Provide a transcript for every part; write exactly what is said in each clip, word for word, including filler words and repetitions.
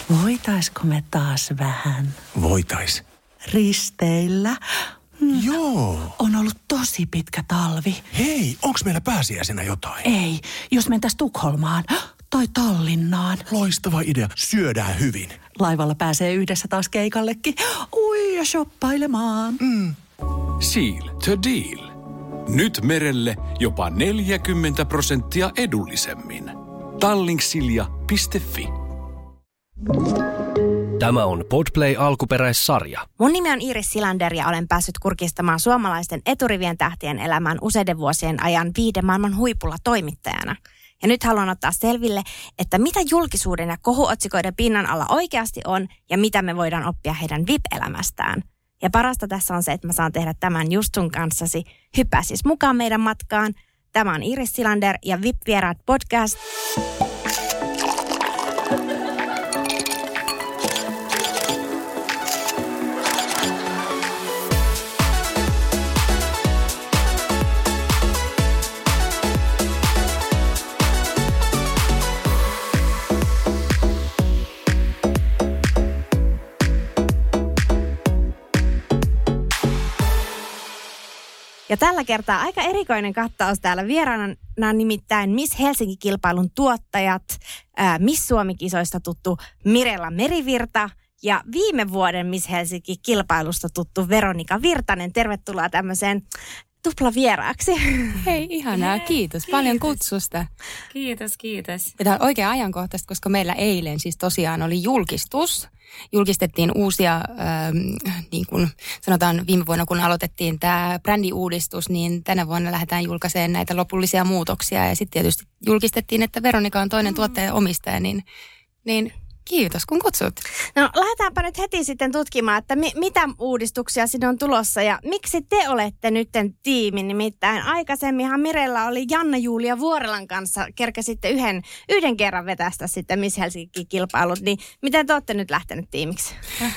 Voitaisko me taas vähän Voitais. risteillä? Joo. On ollut tosi pitkä talvi. Hei, onks meillä pääsiäisenä jotain? Ei, jos mentäis Tukholmaan tai Tallinnaan. Loistava idea. Syödään hyvin. Laivalla pääsee yhdessä taas keikallekin. Ui, ja shoppailemaan. Mm. Seal to deal. Nyt merelle jopa neljäkymmentä prosenttia edullisemmin. Tallingsilja piste fi. Tämä on Podplay alkuperäissarja. Mun nimi on Iiris Silander ja olen päässyt kurkistamaan suomalaisten eturivien tähtien elämään useiden vuosien ajan viihdemaailman huipulla toimittajana. Ja nyt haluan ottaa selville, että mitä julkisuuden ja kohuotsikoiden pinnan alla oikeasti on ja mitä me voidaan oppia heidän V I P-elämästään. Ja parasta tässä on se, että mä saan tehdä tämän just sun kanssasi. Hyppää siis mukaan meidän matkaan. Tämä on Iiris Silander ja V I P-vieraat podcast. Ja tällä kertaa aika erikoinen kattaus täällä vieraana, nimittäin Miss Helsinki-kilpailun tuottajat, ää, Miss Suomi-kisoista tuttu Mirella Merivirta ja viime vuoden Miss Helsinki-kilpailusta tuttu Veronika Virtanen. Tervetuloa tämmöiseen tuplavieraaksi. Hei, ihanaa. Kiitos. kiitos. Paljon kutsusta. Kiitos, kiitos. Tämä on oikein ajankohtaista, koska meillä eilen siis tosiaan oli julkistus. Julkistettiin uusia, ähm, niin kuin sanotaan viime vuonna, kun aloitettiin tämä brändiuudistus, niin tänä vuonna lähdetään julkaisemaan näitä lopullisia muutoksia. Ja sitten tietysti julkistettiin, että Veronika on toinen tuottaja ja omistaja, niin, niin kiitos kun kutsut. No lähdetäänpä nyt heti sitten tutkimaan, että mi- mitä uudistuksia sinne on tulossa ja miksi te olette nytten tiimi. Nimittäin aikaisemminhan Mirella oli Janna-Julia Vuorelan kanssa, kerkäsitte yhden, yhden kerran vetästä sitten Miss Helsinki-kilpailut, niin miten te olette nyt lähtenyt tiimiksi?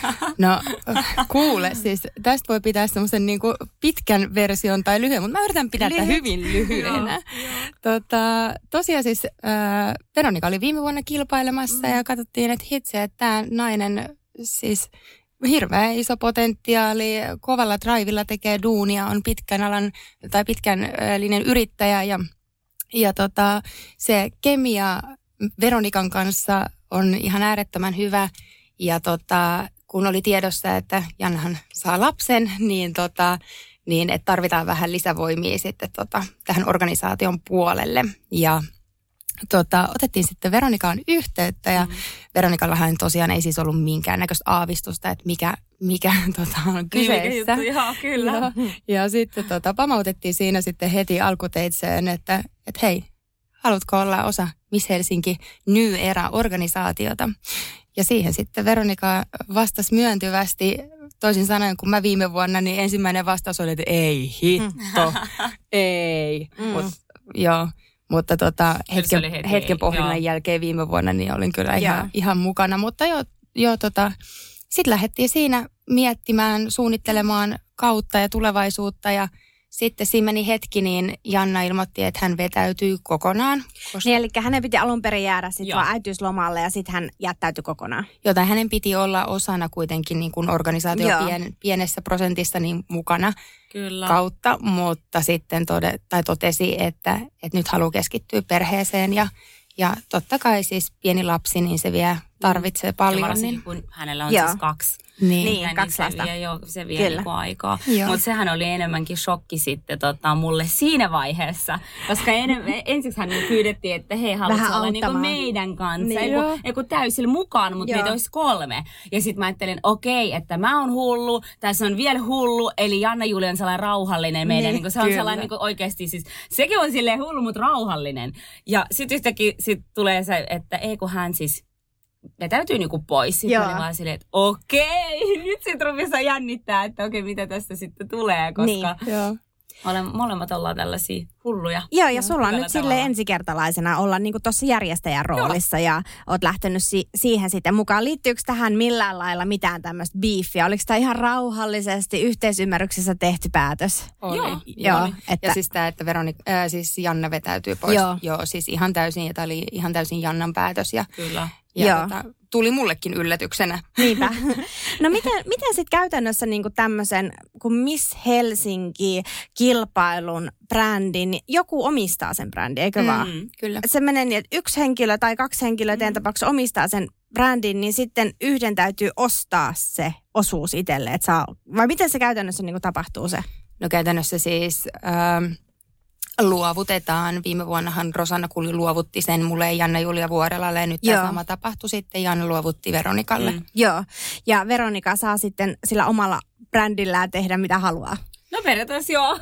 No kuule, siis tästä voi pitää semmoisen niin kuin pitkän version tai lyhyen, mutta mä yritän pitää tätä hyvin lyhyenä. tota, tosiaan siis äh, Veronika oli viime vuonna kilpailemassa ja katsottiin, että hitse, että tämä nainen siis hirveän iso potentiaali, kovalla drivilla tekee duunia, on pitkän alan tai pitkän linjan yrittäjä ja, ja tota, se kemia Veronikan kanssa on ihan äärettömän hyvä ja tota, kun oli tiedossa, että Jannahan saa lapsen, niin, tota, niin että tarvitaan vähän lisävoimia sitten tota, tähän organisaation puolelle ja Tota, otettiin sitten Veronikaan yhteyttä ja mm. Veronikallahan tosiaan ei siis ollut minkäännäköistä aavistusta, että mikä, mikä tota, on kyseessä. Juttu, joo, kyllä. Ja, ja sitten tota, pamautettiin siinä sitten heti alkuteitseen, että et hei, haluatko olla osa Miss Helsinki New Era-organisaatiota? Ja siihen sitten Veronika vastasi myöntyvästi. Toisin sanoen, kun mä viime vuonna, niin ensimmäinen vastaus oli, että ei hitto, ei. Mm. Mut, joo. Mutta tota, hetken, heti, hetken pohdinnan joo. jälkeen viime vuonna niin olin kyllä ihan, ihan mukana. Mutta joo, joo tota, sitten lähdettiin siinä miettimään, suunnittelemaan kautta ja tulevaisuutta. Ja sitten siinä meni hetki, niin Janna ilmoitti, että hän vetäytyy kokonaan. Koska... Niin, eli hänen piti alun perin jäädä sitten vaan äitiyslomalle ja sitten hän jättäytyi kokonaan. Jotain hänen piti olla osana kuitenkin niin kuin organisaation pien, pienessä prosentissa niin mukana. Kyllä. Kautta, mutta sitten tode, tai totesi, että, että nyt haluaa keskittyä perheeseen ja, ja totta kai siis pieni lapsi, niin se vie tarvitsee paljon. Ja varsinkin niin. kun hänellä on Joo. siis kaksi. Niin, niin ja kaksi niin lasta. Se vie, jo, se vie niinku aikaa. Mutta sehän oli enemmänkin shokki sitten tota, mulle siinä vaiheessa. Koska en, ensiksi hän pyydettiin, että hei, haluatko olla niinku meidän kanssa. Niin, eiku, eiku täysillä mukaan, mutta meitä olisi kolme. Ja sitten mä ajattelin, okei, okay, että mä oon hullu, tässä on vielä hullu. Eli Janna-Julia on sellainen rauhallinen meidän. Niin, niinku, se on kyllä. Sellainen niinku, oikeasti siis, sekin on silleen hullu, mutta rauhallinen. Ja sitten yhtäkkiä sit tulee se, että ei kun hän siis... vetäytyy niinku pois. Sitten mä olin vaan silleen, että okei, nyt sit rupesi jännittää, että okei, mitä tästä sitten tulee, koska niin, olen, molemmat ollaan tällaisia hulluja. Joo, ja sulla on nyt silleen ensikertalaisena olla niin kuin tuossa järjestäjän roolissa ja oot lähtenyt si- siihen sitten mukaan. Liittyykö tähän millään lailla mitään tämmöistä beefiä? Oliko tämä ihan rauhallisesti yhteisymmärryksessä tehty päätös? Oli. Joo. Joo. Oli. Että... Ja siis tämä, että Veronik- äh, siis Janna vetäytyy pois. Joo. Joo, siis ihan täysin, ja tämä oli ihan täysin Jannan päätös. Ja, Kyllä. ja Joo. tota, tuli mullekin yllätyksenä. Niinpä. No miten, miten sitten käytännössä niinku tämmöisen, kun Miss Helsinki-kilpailun brändin, niin joku omistaa sen brändin, eikö mm, vaan? Kyllä. Se menee niin, että yksi henkilö tai kaksi henkilöä teidän tapauksessa omistaa sen brändin, niin sitten yhden täytyy ostaa se osuus itselle. Että saa, vai miten se käytännössä niinku tapahtuu se? No käytännössä siis ähm, luovutetaan. Viime vuonnahan Rosanna Kuli luovutti sen mulle ja Janna Julia Vuorelalle. Ja nyt tämä sama tapahtui sitten. Janna luovutti Veronikalle. Mm. Joo. Ja Veronika saa sitten sillä omalla brändillään tehdä mitä haluaa. No periaatteessa joo.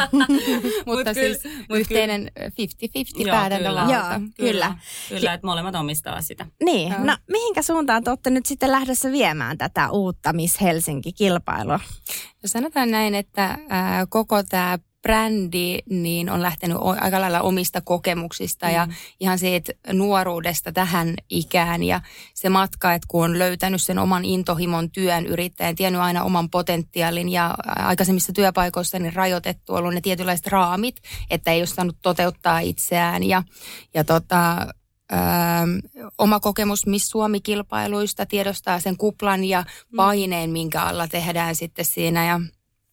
Mutta siis mut yhteinen viisikymmentä viisikymmentä Joo, päätäntävalta. Joo, Kyllä, kyllä. kyllä että molemmat omistaa sitä. Niin, Joo. no mihinkä suuntaan te olette nyt sitten lähdössä viemään tätä uutta Miss Helsinki-kilpailua? No sanotaan näin, että ää, koko tämä brändi niin on lähtenyt o- aika lailla omista kokemuksista mm. ja ihan siitä nuoruudesta tähän ikään. Ja se matka, että kun on löytänyt sen oman intohimon työn yrittäjän, tiennyt aina oman potentiaalin ja aikaisemmissa työpaikoissa niin rajoitettu ollut ne tietynlaiset raamit, että ei ole saanut toteuttaa itseään ja, ja tota... Öö, oma kokemus Miss Suomi-kilpailuista tiedostaa sen kuplan ja paineen, minkä alla tehdään sitten siinä ja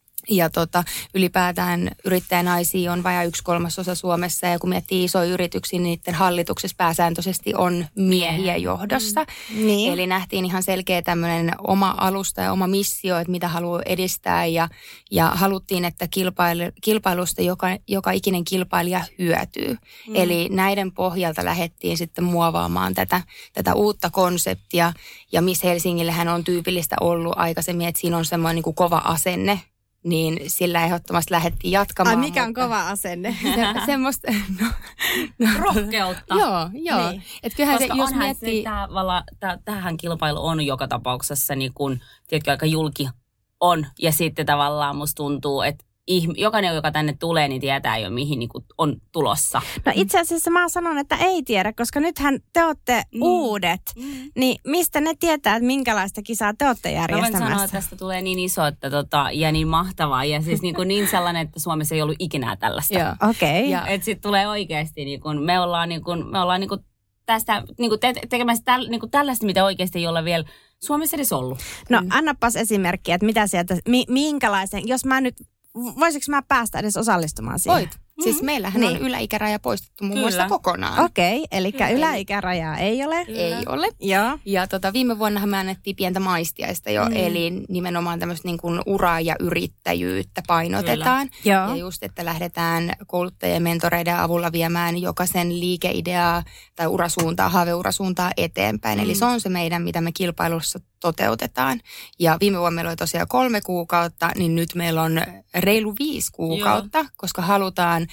Ja tota, ylipäätään yrittäjänaisia on vajaa yksi kolmasosa Suomessa ja kun miettii isoja yrityksiä, niin niiden hallituksessa pääsääntöisesti on miehiä johdossa. Mm. Niin. Eli nähtiin ihan selkeä tämmöinen oma alusta ja oma missio, että mitä haluaa edistää ja, ja haluttiin, että kilpailu, kilpailusta joka, joka ikinen kilpailija hyötyy. Mm. Eli näiden pohjalta lähdettiin sitten muovaamaan tätä, tätä uutta konseptia ja Miss Helsingillähän on tyypillistä ollut aikaisemmin, että siinä on semmoinen niin kuin kova asenne. Niin sillä ehdottomasti lähdettiin jatkamaan. Ai mikä on mutta... kova asenne? Se, semmoista, no, no. Rohkeutta. Joo, joo. Niin. Et kyllähän koska se, jos onhan miettii... se, tää, vala, tää, tähän kilpailu on joka tapauksessa niin kun, tiedätkö, aika julki on. Ja sitten tavallaan musta tuntuu, että jokainen, joka tänne tulee, niin tietää jo, mihin niin kuin on tulossa. No itse asiassa mä sanon, että ei tiedä, koska nythän te olette mm. uudet. Mm. Niin mistä ne tietää, että minkälaista kisaa te olette järjestämässä? Mä voin sanoa, että tästä tulee niin iso että tota, ja niin mahtavaa. Ja siis niin, kuin niin sellainen, että Suomessa ei ollut ikinä tällaista. Okei. Okay. Että sitten tulee oikeasti, niin kuin, me ollaan, niin kuin, me ollaan niin kuin tästä niin kuin te, tekemässä täl, niin kuin tällaista, mitä oikeasti ei ole vielä Suomessa edes ollut. No mm. annapas esimerkkiä, että mitä sieltä, mi, minkälaisen, jos mä nyt... Voisiko mä päästä edes osallistumaan siihen? Voit. Siis mm-hmm. meillähän niin. on yläikäraja poistettu muun muassa kokonaan. Okei, okay, eli Kyllä. yläikärajaa ei ole. Kyllä. Ei ole. Joo. Ja tota, viime vuonnahan me annettiin pientä maistiaista jo, mm. eli nimenomaan tämmöistä niin kuin uraa ja yrittäjyyttä painotetaan. Ja just, että lähdetään kouluttajien ja mentoreiden avulla viemään jokaisen liikeideaa tai urasuuntaa, haaveurasuuntaa eteenpäin. Mm. Eli se on se meidän, mitä me kilpailussa toteutetaan. Ja viime vuonna meillä oli tosiaan kolme kuukautta, niin nyt meillä on reilu viisi kuukautta, Joo. koska halutaan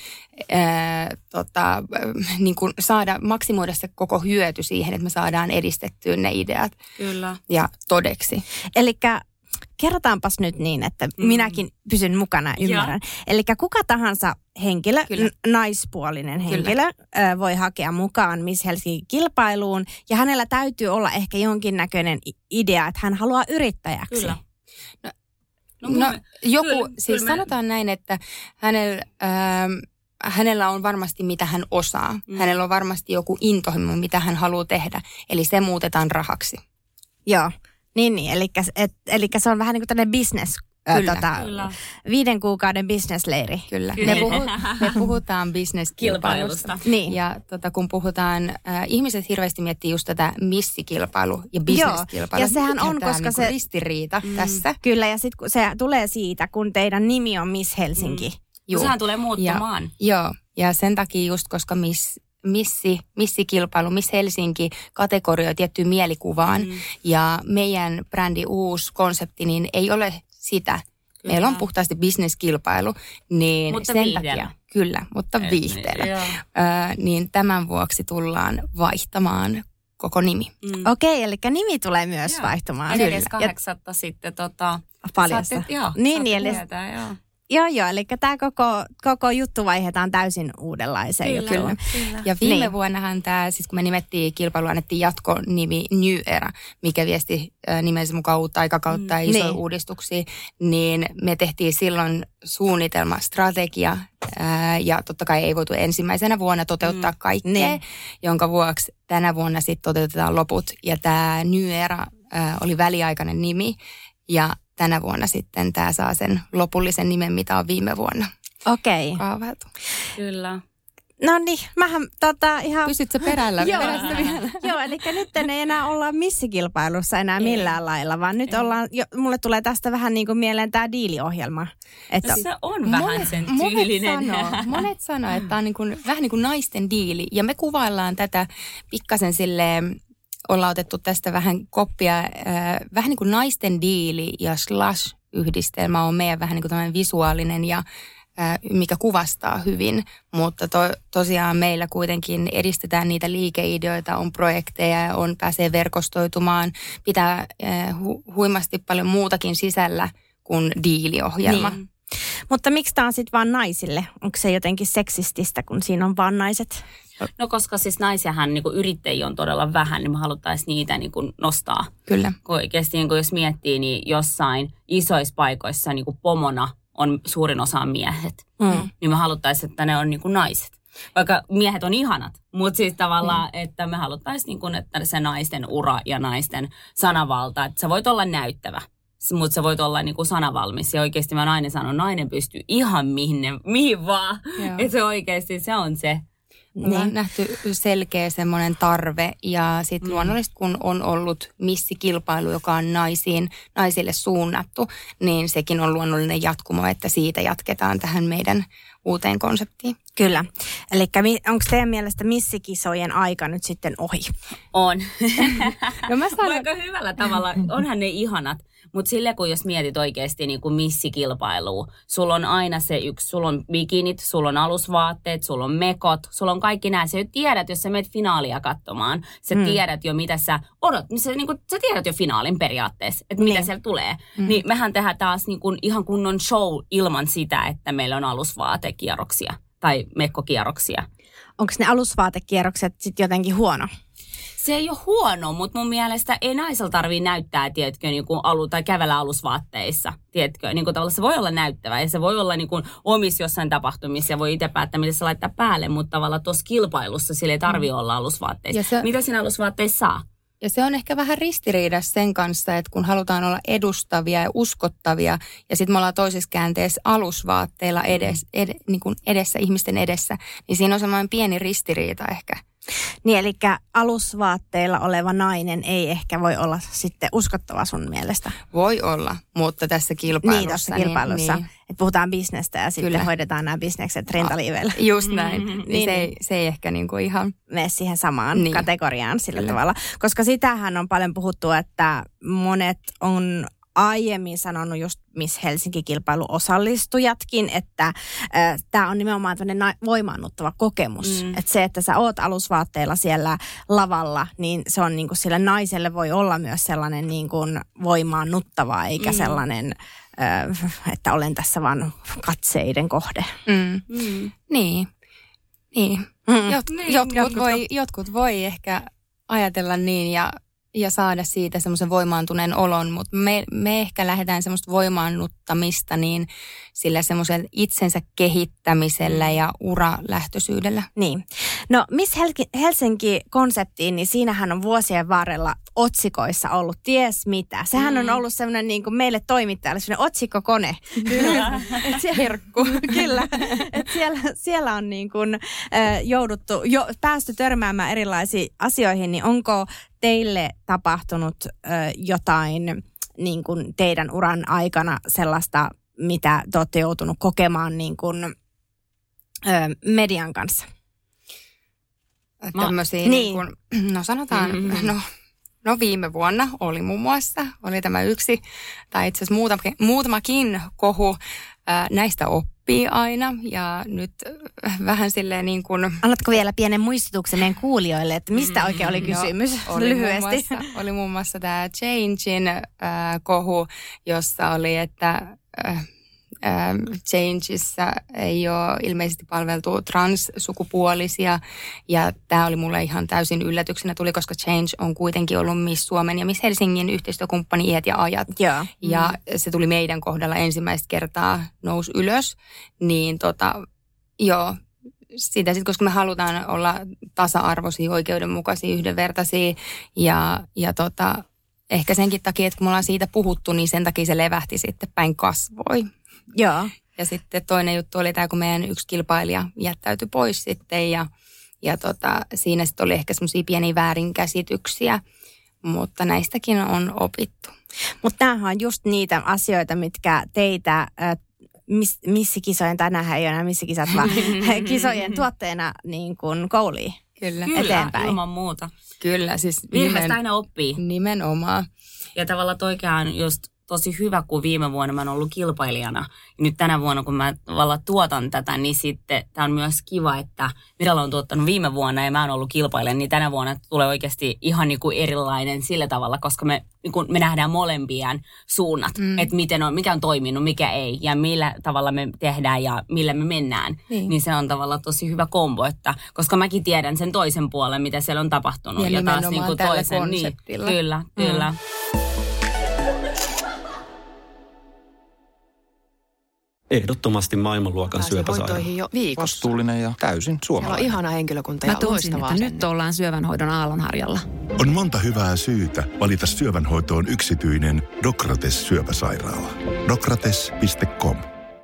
ää, tota, niin kuin saada, maksimoida se koko hyöty siihen, että me saadaan edistettyä ne ideat Kyllä. ja todeksi. Elikkä kerrotaanpas nyt niin, että mm. minäkin pysyn mukana ja ymmärrän. Eli kuka tahansa henkilö, n- naispuolinen henkilö, ö, voi hakea mukaan Miss Helsinki-kilpailuun. Ja hänellä täytyy olla ehkä jonkinnäköinen idea, että hän haluaa yrittäjäksi. Kyllä. No, no, no me, joku, kyllä, siis kyllä sanotaan me... näin, että hänellä... Ähm, hänellä on varmasti, mitä hän osaa. Mm. Hänellä on varmasti joku intohimo, mitä hän haluaa tehdä. Eli se muutetaan rahaksi. Joo, niin, niin. Eli, et, eli se on vähän niin kuin tämmöinen business, Kyllä, tota, kyllä. viiden kuukauden businessleiri. Kyllä. Me, puhu, me puhutaan businesskilpailusta. Niin. Ja tota, kun puhutaan, äh, ihmiset hirveästi miettii just tätä missikilpailu ja businesskilpailu. Ja sehän on, koska niin se... ristiriita mm. tässä. Kyllä, ja sitten se tulee siitä, kun teidän nimi on Miss Helsinki. Mm. Joo. Sehän tulee muuttumaan. Ja, joo, ja sen takia just, koska miss, missi, missikilpailu, Miss Helsinki kategorioi tiettyyn mielikuvaan mm. ja meidän brändi uusi konsepti, niin ei ole sitä. Kyllä. Meillä on puhtaasti businesskilpailu, niin mutta sen viihteellä. takia, kyllä, mutta viihteellä. Ö, niin tämän vuoksi tullaan vaihtamaan koko nimi. Mm. Okei, eli nimi tulee myös joo. vaihtumaan. Edes kahdeksatta sitten tota... Paljasta. Saatte, joo, niin, niin, eli... tietää, joo. Joo, joo, eli tämä koko, koko juttu vaihdetaan täysin uudenlaiseen kyllä, juttuun. Kyllä. Ja viime niin. vuonnahan tämä, siis kun me nimettiin kilpailu, annettiin jatkonimi New Era, mikä viesti äh, nimensä mukaan uutta aikakautta mm, ja isoja niin. uudistuksia, niin me tehtiin silloin suunnitelma, strategia äh, ja totta kai ei voitu ensimmäisenä vuonna toteuttaa mm, kaikkea, niin. jonka vuoksi tänä vuonna sitten toteutetaan loput. Ja tämä New Era äh, oli väliaikainen nimi ja tänä vuonna sitten tämä saa sen lopullisen nimen, mitä on viime vuonna. Okei. Okay. Kaavailtu. Kyllä. No niin, mähän tota ihan... Pysytkö perällä? Joo, Joo, eli nyt ei enää olla missikilpailussa enää ei. millään lailla, vaan nyt ei. ollaan, jo, mulle tulee tästä vähän niin kuin mieleen tämä diiliohjelma. Että no, se on vähän monet, sen tyylinen. Monet sanoo, monet sanoo, että tämä on niin kuin, vähän niin kuin naisten diili, ja me kuvaillaan tätä pikkasen silleen, ollaan otettu tästä vähän koppia, äh, vähän niin kuin naisten diili ja slash-yhdistelmä on meidän vähän niin kuin tämmöinen visuaalinen ja äh, mikä kuvastaa hyvin, mutta to, tosiaan meillä kuitenkin edistetään niitä liikeideoita, on projekteja, on pääsee verkostoitumaan, pitää äh, hu, huimasti paljon muutakin sisällä kuin diiliohjelma. Niin. Mutta miksi tämä on sitten vaan naisille? Onko se jotenkin seksististä, kun siinä on vaan naiset? No koska siis naisiahan niin kuin yrittäjiä on todella vähän, niin me haluttaisiin niitä niin kuin nostaa. Kyllä. Kun oikeasti niin kuin jos miettii, niin jossain isoissa paikoissa niin kuin pomona on suurin osa miehet. Mm. Niin me haluttaisiin, että ne on niin kuin naiset. Vaikka miehet on ihanat, mutta siis tavallaan, mm. että me haluttaisiin, niin kuin, että se naisten ura ja naisten sanavalta, että sä voit olla näyttävä. Mutta sä voit olla niinku sanavalmis. Ja oikeasti mä nainen sanon, nainen pystyy ihan mihin, ne, mihin vaan. Että se oikeasti se on se. Me niin. on nähty selkeä semmoinen tarve ja sitten mm. luonnollisesti kun on ollut missikilpailu, joka on naisiin, naisille suunnattu, niin sekin on luonnollinen jatkumo, että siitä jatketaan tähän meidän uuteen konseptiin. Kyllä. Eli onko teidän mielestä missikisojen aika nyt sitten ohi? On. No mä sanon... Vaikka hyvällä tavalla, onhan ne ihanat. Mutta sille kun jos mietit oikeasti niin kuin missikilpailua, sulla on aina se yksi, sulla on bikinit, sulla on alusvaatteet, sulla on mekot, sulla on kaikki nämä. Sä jo tiedät, jos sä menet finaalia katsomaan, sä mm. tiedät jo mitä sä odot, sä, niin kuin, sä tiedät jo finaalin periaatteessa, että mitä niin. siellä tulee. Mm. Niin mehän tehdään taas niin kuin ihan kunnon show ilman sitä, että meillä on alusvaatekierroksia tai mekkokierroksia. Onko ne alusvaatekierrokset sitten jotenkin huono? Se ei ole huono, mutta mun mielestä ei naisella tarvitse näyttää, tiedätkö, niin kuin alu, tai kävellä alusvaatteissa, tiedätkö. Niin kuin tavallaan se voi olla näyttävä ja se voi olla niin kuin omissa jossain tapahtumissa ja voi itse päättää, mitä se laittaa päälle, mutta tavallaan tuossa kilpailussa sillä ei tarvitse mm. olla alusvaatteissa. Se, mitä siinä alusvaatteissa saa? Ja se on ehkä vähän ristiriidassa sen kanssa, että kun halutaan olla edustavia ja uskottavia ja sitten me ollaan toisessa käänteessä alusvaatteilla edes, ed, niin kuin edessä, ihmisten edessä, niin siinä on semmoinen pieni ristiriita ehkä. Niin, eli alusvaatteilla oleva nainen ei ehkä voi olla sitten uskottava sun mielestä? Voi olla, mutta tässä kilpailussa. Niin, tässä kilpailussa. Niin, niin. Että puhutaan bisnestä ja sitten Kyllä. hoidetaan nämä bisnekset rintaliiveillä. Just näin. Mm-hmm. Niin, niin se, ei, se ei ehkä niin kuin ihan... mene siihen samaan niin. kategoriaan sillä Kyllä. tavalla. Koska sitähän on paljon puhuttu, että monet on aiemmin sanonut just Miss Helsinki-kilpailun osallistujatkin, että äh, tämä on nimenomaan tämmöinen voimaannuttava kokemus. Mm. Että se, että sä oot alusvaatteilla siellä lavalla, niin se on niin kuin sille naiselle voi olla myös sellainen niin kuin voimaannuttava, eikä mm. sellainen, äh, että olen tässä vaan katseiden kohde. Mm. Mm. Niin, niin. Mm. Jot, niin. Jotkut, jotkut, voi, jotkut voi ehkä ajatella niin ja ja saada siitä semmoisen voimaantuneen olon, mutta me, me ehkä lähdetään semmoista voimaannuttamista niin sillä semmoisella itsensä kehittämisellä ja uralähtöisyydellä. Niin. No Miss Helsinki-konseptiin, niin siinähän on vuosien varrella otsikoissa ollut ties mitä. Sehän mm. on ollut semmoinen niin kuin meille toimittajalle semmoinen otsikkokone. Kyllä. Herkku. Kyllä. Et siellä, siellä on niin kuin, äh, jouduttu, jo, päästy törmäämään erilaisiin asioihin, niin onko teille tapahtunut ö, jotain niin kuin teidän uran aikana sellaista, mitä te olette joutunut kokemaan niin kuin, ö, median kanssa? Tämmöisiä, niin. niin kuin, no sanotaan, mm-hmm. no, no viime vuonna oli muun muassa, oli tämä yksi, tai itse asiassa muutamakin, muutamakin kohu, ää, näistä oppii aina ja nyt vähän silleen niin kuin... Annatko vielä pienen muistutuksen meidän kuulijoille, että mistä oikein oli kysymys no, oli lyhyesti? Muun muassa, oli muun muassa tämä Changein äh, kohu, jossa oli, että äh, ähm, Changeissa ei ole ilmeisesti palveltu transsukupuolisia. Ja tämä oli mulle ihan täysin yllätyksenä tuli, koska Change on kuitenkin ollut Miss Suomen ja Miss Helsingin yhteistyökumppani iät ja ajat. Ja, ja mm. se tuli meidän kohdalla ensimmäistä kertaa nousi ylös. Niin tota, joo, sitä sitten, koska me halutaan olla tasa-arvoisia, oikeudenmukaisia, yhdenvertaisia ja, ja tota, ehkä senkin takia, että kun me ollaan siitä puhuttu, niin sen takia se levähti sitten päin kasvoi. Joo. Ja sitten toinen juttu oli tämä, kun meidän yksi kilpailija jättäytyi pois sitten ja, ja tota, siinä sitten oli ehkä semmoisia pieniä väärinkäsityksiä, mutta näistäkin on opittu. Mutta tämähän on just niitä asioita, mitkä teitä äh, miss, missikisojen, tänäänhän ei ole enää missikisat, vaan kisojen tuotteena niin kuin kouliin. Kyllä. Kyllä, eteenpäin. ilman muuta. Kyllä, siis Virheistä aina oppii. Nimenomaan. Ja tavallaan toikään on just tosi hyvä, kun viime vuonna mä oon ollut kilpailijana. Ja nyt tänä vuonna, kun mä tavallaan tuotan tätä, niin sitten tämä on myös kiva, että Mirella on tuottanut viime vuonna ja mä oon ollut kilpailija, niin tänä vuonna tulee oikeasti ihan niin kuin erilainen sillä tavalla, koska me, niin kuin me nähdään molempien suunnat, mm. että miten on, mikä on toiminut, mikä ei ja millä tavalla me tehdään ja millä me mennään. Niin, niin se on tavallaan tosi hyvä kombo, että, koska mäkin tiedän sen toisen puolen, mitä siellä on tapahtunut. Ja, ja taas niin kuin tällä toisen, konseptilla. Niin, kyllä, mm. kyllä. Ehdottomasti maailmanluokan syöpäsairaala. jo viikossa. Vastuullinen ja täysin suomalainen. Siellä on ihana henkilökunta ja Mä tunsin, että asenne. nyt ollaan syövänhoidon aallonharjalla. On monta hyvää syytä valita syövänhoitoon yksityinen Dokrates syöpäsairaala. Dokrates piste com.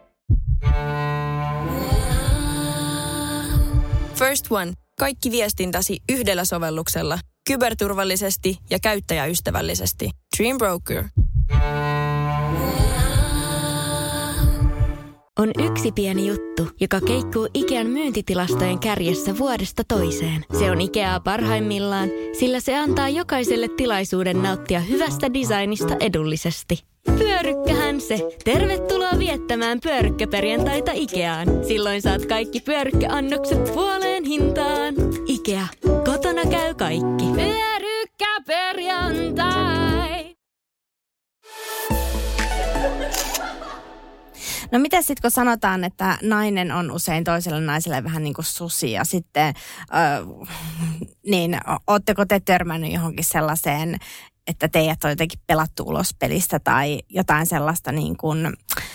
First One. Kaikki viestintäsi yhdellä sovelluksella. Kyberturvallisesti ja käyttäjäystävällisesti. Dream Broker. On yksi pieni juttu, joka keikkuu Ikean myyntitilastojen kärjessä vuodesta toiseen. Se on Ikeaa parhaimmillaan, sillä se antaa jokaiselle tilaisuuden nauttia hyvästä designista edullisesti. Pyörykkähän se! Tervetuloa viettämään pyörykkäperjantaita Ikeaan. Silloin saat kaikki pyörykkäannokset puoleen hintaan. Ikea. Kotona käy kaikki. Pyörykkäperjantai! No mitä sitten, kun sanotaan, että nainen on usein toiselle naiselle vähän niin kuin susi ja sitten, äh, niin ootteko te törmännyt johonkin sellaiseen, että teidät on jotenkin pelattu ulos pelistä tai jotain sellaista niin kuin,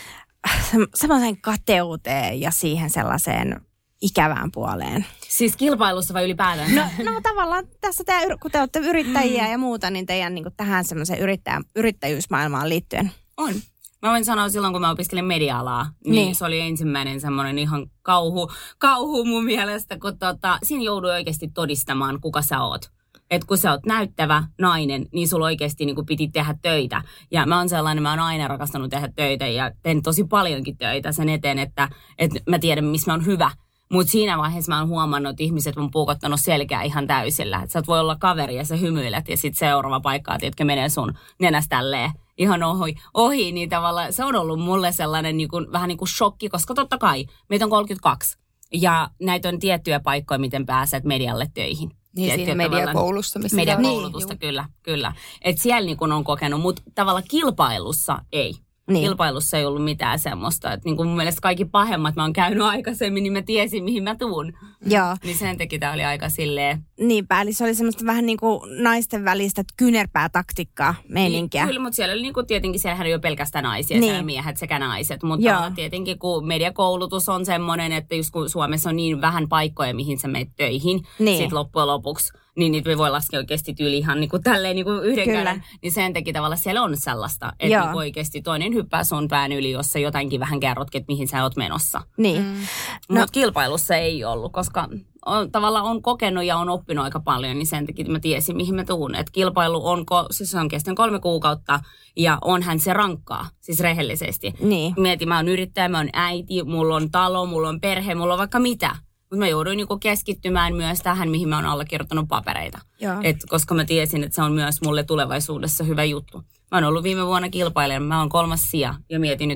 semmoiseen kateuteen ja siihen sellaiseen ikävään puoleen? Siis kilpailussa vai ylipäätään? No, no tavallaan tässä, te, kun te olette yrittäjiä ja muuta, niin teidän niin kuin tähän semmoiseen yrittäjä, yrittäjyysmaailmaan liittyen. On. Mä voin sanoa silloin, kun mä opiskelin media-alaa, niin, niin. se oli ensimmäinen semmoinen ihan kauhu, kauhu mun mielestä, kun tota, siinä joudui oikeasti todistamaan, kuka sä oot. Että kun sä oot näyttävä nainen, niin sulla oikeasti niin kuin piti tehdä töitä. Ja mä oon sellainen, mä oon aina rakastanut tehdä töitä ja teen tosi paljonkin töitä sen eteen, että, että mä tiedän, missä mä oon hyvä. Mutta siinä vaiheessa mä oon huomannut, että ihmiset on puukottanut selkää ihan täysillä. Että sä voi olla kaveri ja sä hymyilet ja sitten seuraava paikka, tiedätkö, menee sun nenästä tälleen ihan ohi, ohi. Niin tavallaan se on ollut mulle sellainen niin kuin, vähän niin kuin shokki, koska totta kai meitä on kolmekymmentäkaksi. Ja näitä on tiettyjä paikkoja, miten pääset medialle töihin. Niin siinä mediakoulussa. Mediakoulutusta, niin, kyllä, kyllä. Että siellä niin kuin on kokenut, mutta tavallaan kilpailussa ei. Niin. Kilpailussa ei ollut mitään semmoista. Että niin kuin mun mielestä kaikki pahemmat mä oon käynyt aikaisemmin, niin mä tiesin, mihin mä tuun. Joo. Niin sen takia tää oli aika silleen... Niinpä, eli se oli semmoista vähän niin kuin naisten välistä kyynärpää taktiikkaa, meininkiä. Niin, kyllä, mutta siellä oli niin kuin tietenkin, siellähän ei ole pelkästään naisia, niin. Siellä miehet sekä naiset. Mutta Joo. tietenkin, kun mediakoulutus on semmoinen, että just kun Suomessa on niin vähän paikkoja, mihin sä menet töihin, niin. Sitten loppujen lopuksi, niin niitä voi laskea oikeasti tyyli ihan niin kuin tälleen niin kuin yhden käden. Niin sen takia tavallaan siellä on sellaista, että niin oikeasti toinen hyppää sun pään yli, jos sä jotainkin vähän kerrotkin, että mihin sä oot menossa. Niin. Mm. No. Mutta kilpailussa ei ollut, koska on, tavallaan on kokenut ja on oppinut aika paljon, niin sen takia mä tiesin, mihin mä tuun. Että kilpailu on, siis on kestänyt kolme kuukautta ja onhan se rankkaa, siis rehellisesti. Niin. Mietin, mä oon yrittäjä, mä oon äiti, mulla on talo, mulla on perhe, mulla on vaikka mitä. Mutta mä jouduin niinku keskittymään myös tähän, mihin mä oon allekirjoittanut papereita. Et koska mä tiesin, että se on myös mulle tulevaisuudessa hyvä juttu. Mä oon ollut viime vuonna kilpailijan, mä oon kolmas sija ja mietin nyt, mä oon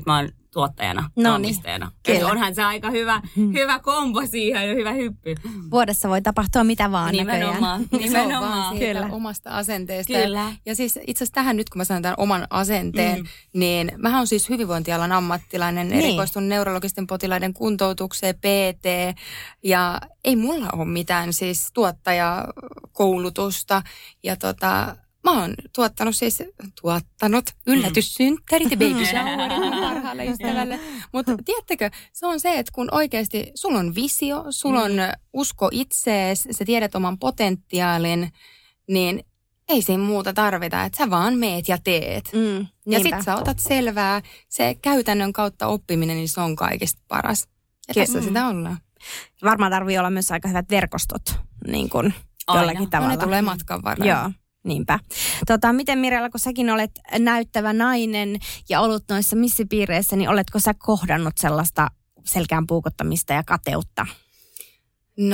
tuottajana, no valmistajana. Niin. Onhan se aika hyvä, hmm. hyvä kombo siihen ja hyvä hyppy. Vuodessa voi tapahtua mitä vaan Nimenomaan. näköjään. Nimenomaan. Kyllä. Omasta asenteesta. Kyllä. Ja siis itse asiassa tähän nyt, kun mä sanon tämän oman asenteen, mm. niin mähän on siis hyvinvointialan ammattilainen, niin. erikoistunut neurologisten potilaiden kuntoutukseen, P T, ja ei mulla ole mitään siis tuottajakoulutusta. Ja tota... Mä oon tuottanut siis, tuottanut yllätyssynttärit ja baby showerit mun parhaalle ystävälle. Mutta tiedättekö, se on se, että kun oikeasti sulla on visio, sulla on usko itsees, sä tiedät oman potentiaalin, niin ei siinä muuta tarvita, että sä vaan meet ja teet. Mm, ja sit sä otat selvää, se käytännön kautta oppiminen, niin se on kaikista paras. Ja Ky- tässä mm. sitä ollaan. Varmaan tarvii olla myös aika hyvät verkostot, niin kuin jollakin tavalla. No ne tulee matkan varrella. Joo. Niinpä. Tota, miten Mirella, kun säkin olet näyttävä nainen ja ollut noissa missipiireissä, niin oletko sä kohdannut sellaista selkään puukottamista ja kateutta? No,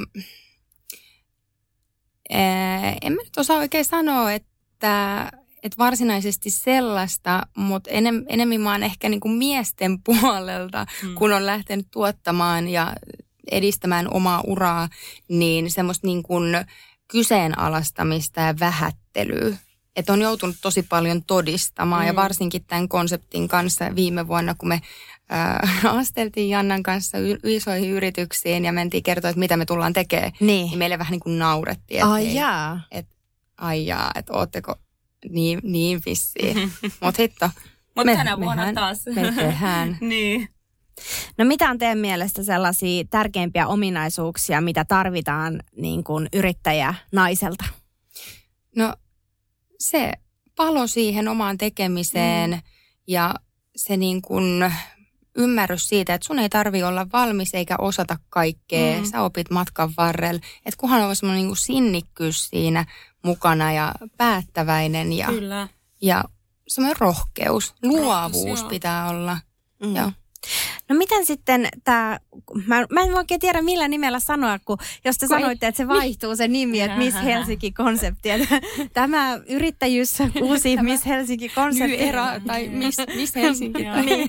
ää, en mä nyt osaa oikein sanoa, että, että varsinaisesti sellaista, mutta enem, enemmän mä oon ehkä niin kuin miesten puolelta, hmm. kun on lähtenyt tuottamaan ja edistämään omaa uraa, niin semmoista niin kuin kyseenalaistamista ja vähättelyä. Että on joutunut tosi paljon todistamaan mm. ja varsinkin tämän konseptin kanssa viime vuonna, kun me äh, asteltiin Jannan kanssa y- isoihin yrityksiin ja mentiin kertoa, että mitä me tullaan tekemään. Niin, niin meille vähän niin kuin naurettiin. Ai ei, jaa. Että ai jaa, että ootteko niin, niin vissiin. Mutta hitto. Mutta tänä vuonna mehän, taas. Me tehdään. Niin. No mitä on teidän mielestä sellaisia tärkeimpiä ominaisuuksia, mitä tarvitaan niin kuin yrittäjä naiselta? No se palo siihen omaan tekemiseen mm. ja se niin kuin ymmärrys siitä, että sun ei tarvitse olla valmis eikä osata kaikkea. Mm. Sä opit matkan varrella. Että kunhan on semmoinen niin kuin sinnikkyys siinä mukana ja päättäväinen ja, Kyllä. ja semmoinen rohkeus, luovuus Rohkeus, pitää olla. Mm. Joo. No miten sitten tämä, mä, mä en oikein tiedä millä nimellä sanoa, kun jos te kun sanoitte, ei, että se vaihtuu se nimi, että Miss Helsinki-konsepti. Tämä yrittäjyys, uusi Miss Helsinki-konsepti. New era tai Miss, Miss Helsinki. niin,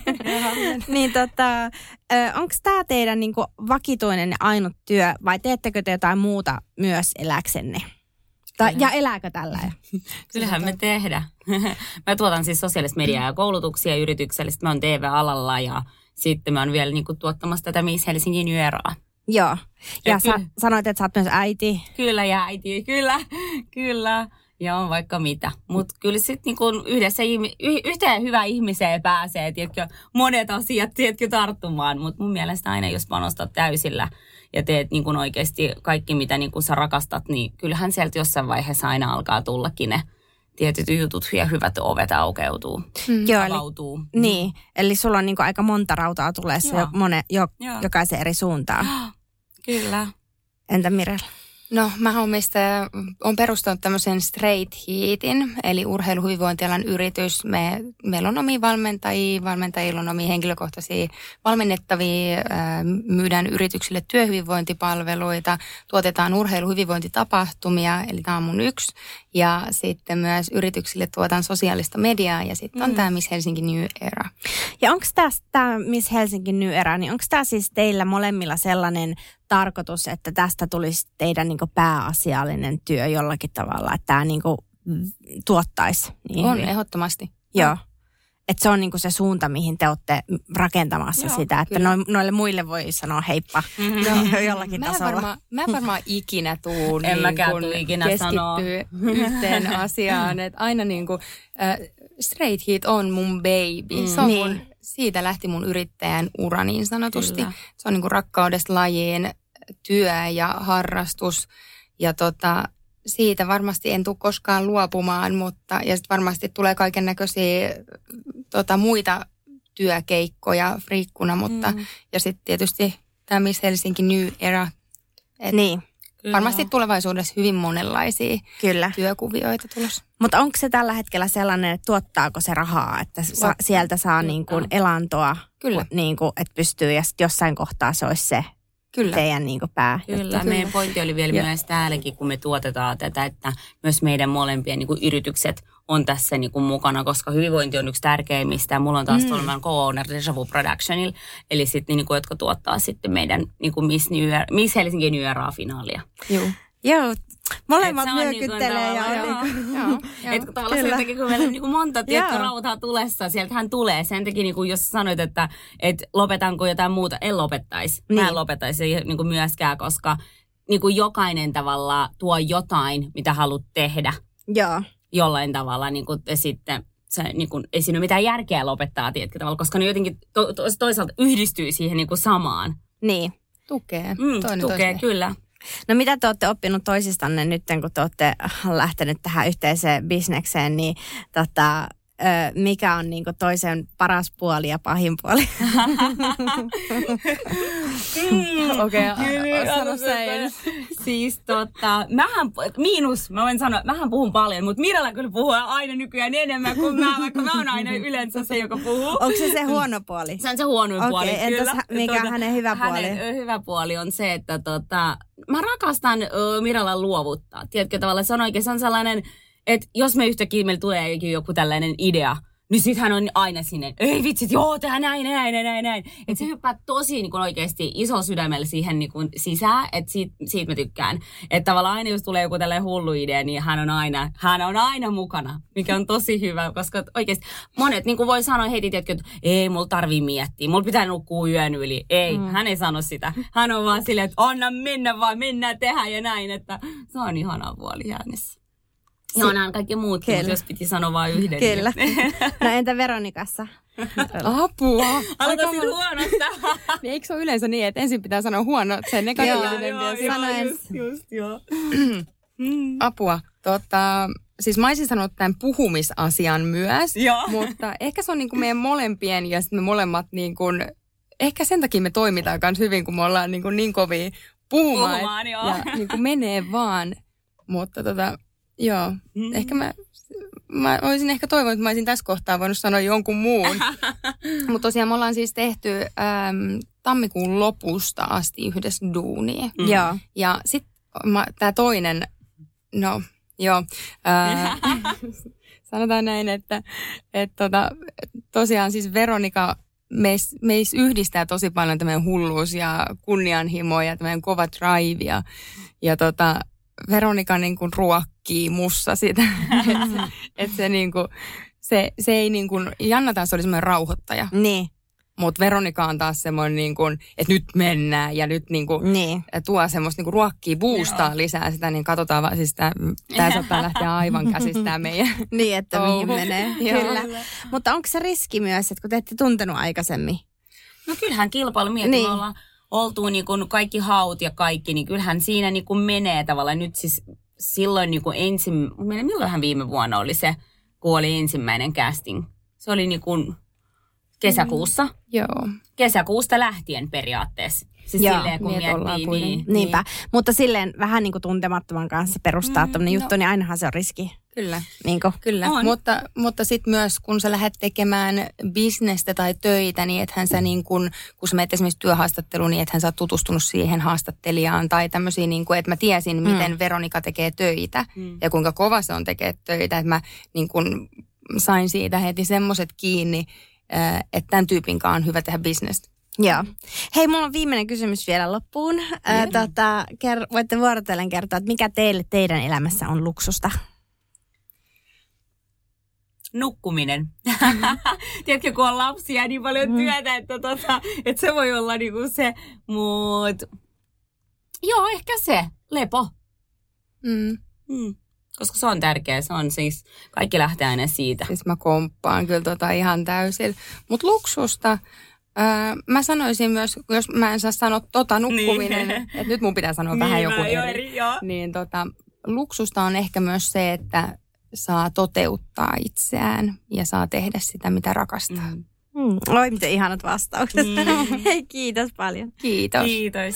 niin tota, onko tämä teidän niinku vakituinen ja ainut työ vai teettekö te jotain muuta myös eläksenne? Tai, ja elääkö tällä? Kyllähän me tehdään. Mä tuotan siis sosiaalista mediaa ja koulutuksia yritykselle. Sitten mä oon T V-alalla ja sitten mä oon vielä niinku tuottamassa tätä Miss Helsingin yöraa. Joo. Ja, ja sä kyllä. sanoit, että sä oot myös äiti. Kyllä ja äiti. Kyllä. Kyllä. Ja on vaikka mitä. Mutta kyllä sitten niinku yhdessä y- yhteen hyvään ihmiseen pääsee, tiedätkö, monet asiat, tiedätkö, tarttumaan. Mutta mun mielestä aina, jos panostat täysillä ja teet niin kuin oikeasti kaikki, mitä niin kuin sä rakastat, niin kyllähän sieltä jossain vaiheessa aina alkaa tullakin ne tietyt jutut ja hyvät ovet aukeutuu, mm. avautuu. Eli, niin, eli sulla on niin kuin aika monta rautaa tulee se jo, mone, jo, jokaisen eri suuntaan. Kyllä. Entä Mirella? No mä oon, mistä, oon perustanut tämmöisen Straight Heatin, eli urheiluhyvinvointialan yritys. Me, meillä on omia valmentajia, valmentajilla on omia henkilökohtaisia valmennettavia, ää, myydään yrityksille työhyvinvointipalveluita, tuotetaan urheiluhyvinvointitapahtumia, eli tämä on mun yksi. Ja sitten myös yrityksille tuotan sosiaalista mediaa ja sitten on mm. tämä Miss Helsinki New Era. Ja onko tämä Miss Helsinki New Era, niin onko tämä siis teillä molemmilla sellainen tarkoitus, että tästä tulisi teidän niinku pääasiallinen työ jollakin tavalla, että tämä niinku tuottaisi? Niin on, hyvin? Ehdottomasti. Joo. Että se on niinku se suunta, mihin te olette rakentamassa Joo, sitä, että no, noille muille voi sanoa heippa no, jollakin mä tasolla. Varma, mä varmaan ikinä tuun en niin mäkään tuu ikinä keskittyä yhteen asiaan. Että aina niin kuin, äh, Straight Heat on mun baby. Mm. Se on niin. mun, siitä lähti mun yrittäjän ura niin sanotusti. Kyllä. Se on niin kuin rakkaudesta lajiin työ ja harrastus ja tota... Siitä varmasti en tule koskaan luopumaan, mutta ja sitten varmasti tulee kaiken näköisiä tota, muita työkeikkoja friikkuna, mutta mm. ja sitten tietysti tämä Miss Helsinki New Era. Niin. Varmasti tulevaisuudessa hyvin monenlaisia Kyllä. työkuvioita tulossa. Mutta onko se tällä hetkellä sellainen, että tuottaako se rahaa, että sa- sieltä saa niin kuin elantoa, Kyllä. Niin kuin, että pystyy ja sitten jossain kohtaa se olisi se Kyllä. teidän niin kuin pää. Kyllä, jotta, meidän pointti oli vielä ja. myös täälläkin, kun me tuotetaan tätä, että myös meidän molempien niin kuin yritykset on tässä niin kuin mukana, koska hyvinvointi on yksi tärkeimmistä. Mulla on taas mm. tuolla co-owner Deja Vu Productionilla, eli sitten niin kuin, jotka tuottaa sitten meidän niin kuin Miss, New Year, Miss Helsingin New Year-finaalia. Joo. Joo. Molemmat nyökyttelee. Niin että tavallaan sen takia, kun meillä on niin monta tiettyä rautaa tulessa, sieltä hän tulee. Sen takia, niin kuin jos sanoit, että, että lopetanko jotain muuta, en lopettaisi. Niin. Mä en lopettaisi niin kuin myöskään, koska niin kuin jokainen tavalla tuo jotain, mitä haluat tehdä. Joo. Jollain tavalla niin kuin, ja sitten se, niin kuin, ei siinä ole mitään järkeä lopettaa, tiedätkö, tavalla, koska ne jotenkin to, to, toisaalta yhdistyy siihen niin kuin samaan. Niin. Tukee. Mm, tukee, toiseen. Kyllä. No mitä te olette oppinut toisistanne nyt, kun te olette lähtenyt tähän yhteiseen bisnekseen, niin tota, mikä on niin kuin toisen paras puoli ja pahin puoli? Okei, sano sen. Siis tota, mähän, miinus, mä voin sanoa, mähän puhun paljon, mutta Mirella kyllä puhuu aina nykyään enemmän kuin mä, vaikka mä oon aina yleensä se, joka puhuu. Onko se se huono puoli? Se on se huono okay, puoli, entäs kyllä. mikä on hänen hyvä puoli? Hänen hyvä puoli on se, että tota, mä rakastan uh, Mirella luovuttaa. Tiedätkö tavallaan, se on oikein, se on sellainen, että jos me yhtäkkiä meillä tulee joku tällainen idea, niin sit hän on aina sinne, ei vitsit, joo, tehdään näin, näin, näin, näin. Että se hyppää tosi niin kuin oikeasti iso sydämellä siihen niin kuin sisään, että siitä, siitä mä tykkään. Että tavallaan aina, jos tulee joku tällainen hullu idea, niin hän on aina, hän on aina mukana, mikä on tosi hyvä, koska oikeasti monet niin kuin voi sanoa heti, tiedätkö, että ei, mulla tarvii miettiä, mulla pitää nukkua yön yli. Ei, mm. hän ei sano sitä. Hän on vaan silleen, että anna mennä vaan, mennään tehdä ja näin, että se on ihana puoli äänessä. Ja onhan kaikki muut, jos piti sanoa vain yhden. Kyllä. No entä Veronikassa? Apua. Aloita sitten huonosta. Niin eikö se ole yleensä niin, että ensin pitää sanoa huono, se negatiivinen vielä. Joo, joo, just, just, joo. Apua. Tota, siis mä olisin sanonut tämän puhumisasian myös, joo. Mutta ehkä se on niin kuin meidän molempien ja sitten me molemmat niin kuin, ehkä sen takia me toimitaan myös hyvin, kun me ollaan niin, kuin niin kovia puhumaan. Puhumaan, joo. Ja niin kuin menee vaan, mutta tota... Joo, mm. ehkä mä, mä olisin ehkä toivonut, että mä olisin tässä kohtaa voinut sanoa jonkun muun. Mutta tosiaan me ollaan siis tehty äm, tammikuun lopusta asti yhdessä duunia. Mm. Joo. Ja sitten tämä toinen, no joo, ää, sanotaan näin, että et, tota, tosiaan siis Veronika meis, meis yhdistää tosi paljon tämmöinen hulluus ja kunnianhimo ja tämmöinen kova drive ja, ja tota, Veronika niin kuin ruokkii mussa sitä, että se, et se, niin kuin, se, se ei niin kuin, Janna taas oli semmoinen rauhoittaja. Niin. Mutta Veronika on taas semmoinen, niin kuin, että nyt mennään ja nyt niin kuin, niin. tuo semmoista niin kuin ruokkii, boostaa Joo. lisää sitä, niin katsotaan vaan, siis tämä saattaa lähteä aivan käsistä meidän niin, että mihin menee. Kyllä. Mutta onko se riski myös, että kun te ette tuntenut aikaisemmin? No kyllähän kilpailu mietin niin. ollaan. Oltuu niin kuin kaikki haut ja kaikki, niin kyllähän siinä niin kuin menee tavallaan. Nyt siis silloin niin kuin ensin, milloinhan viime vuonna oli se, kun oli ensimmäinen casting. Se oli niin kuin kesäkuussa. Mm, joo. Kesäkuusta lähtien periaatteessa. Siis joo, silleen, kun niin, miettii. Niin, niin. Niinpä, mutta silleen vähän niin kuin tuntemattoman kanssa perustaa mm, tämmöinen no. juttu, niin ainahan se on riski. Kyllä, Niinko? Kyllä. On. mutta, mutta sitten myös kun sä lähdet tekemään bisnestä tai töitä, niin ethän sä niin kun, kun sä menet esimerkiksi työhaastatteluun, niin ethän sä oot tutustunut siihen haastattelijaan tai tämmöisiä, niin kuin, että mä tiesin, miten mm. Veronika tekee töitä mm. ja kuinka kova se on tekee töitä, että mä niin kun sain siitä heti semmoiset kiinni, että tämän tyypin kanssa on hyvä tehdä bisnestä. Joo. Hei, mulla on viimeinen kysymys vielä loppuun. Ää, tota, ker- voitte vuorotellen kertoa, että mikä teille teidän elämässä on luksusta? Nukkuminen. Tiedätkö, kun on lapsia ja niin paljon mm. työtä, että, tota, että se voi olla niinku se, mut joo, ehkä se, lepo. Mm. Mm. Koska se on tärkeä, se on siis, kaikki lähtee aina siitä. Siis mä komppaan kyllä tota ihan täysin. Mut luksusta, ää, mä sanoisin myös, jos mä en saa sanoa tota nukkuminen, niin. että nyt mun pitää sanoa niin, vähän joku eri, eri niin tota, luksusta on ehkä myös se, että saa toteuttaa itseään ja saa tehdä sitä, mitä rakastaa. Mm. Mm. Oi, miten ihanat vastaukset. Mm. Hei, kiitos paljon. Kiitos. Kiitos.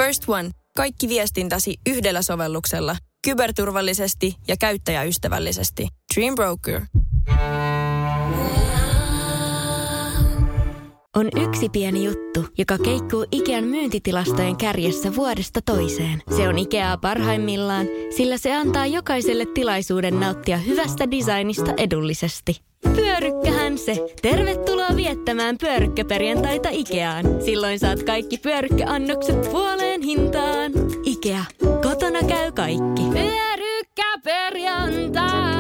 First One. Kaikki viestintäsi yhdellä sovelluksella. Kyberturvallisesti ja käyttäjäystävällisesti. Dream Broker. On yksi pieni juttu, joka keikkuu Ikean myyntitilastojen kärjessä vuodesta toiseen. Se on Ikeaa parhaimmillaan, sillä se antaa jokaiselle tilaisuuden nauttia hyvästä designista edullisesti. Pyörykkähän se! Tervetuloa viettämään pyörykkäperjantaita Ikeaan. Silloin saat kaikki pyörykkäannokset puoleen hintaan. Ikea. Kotona käy kaikki. Pyörykkäperjantai!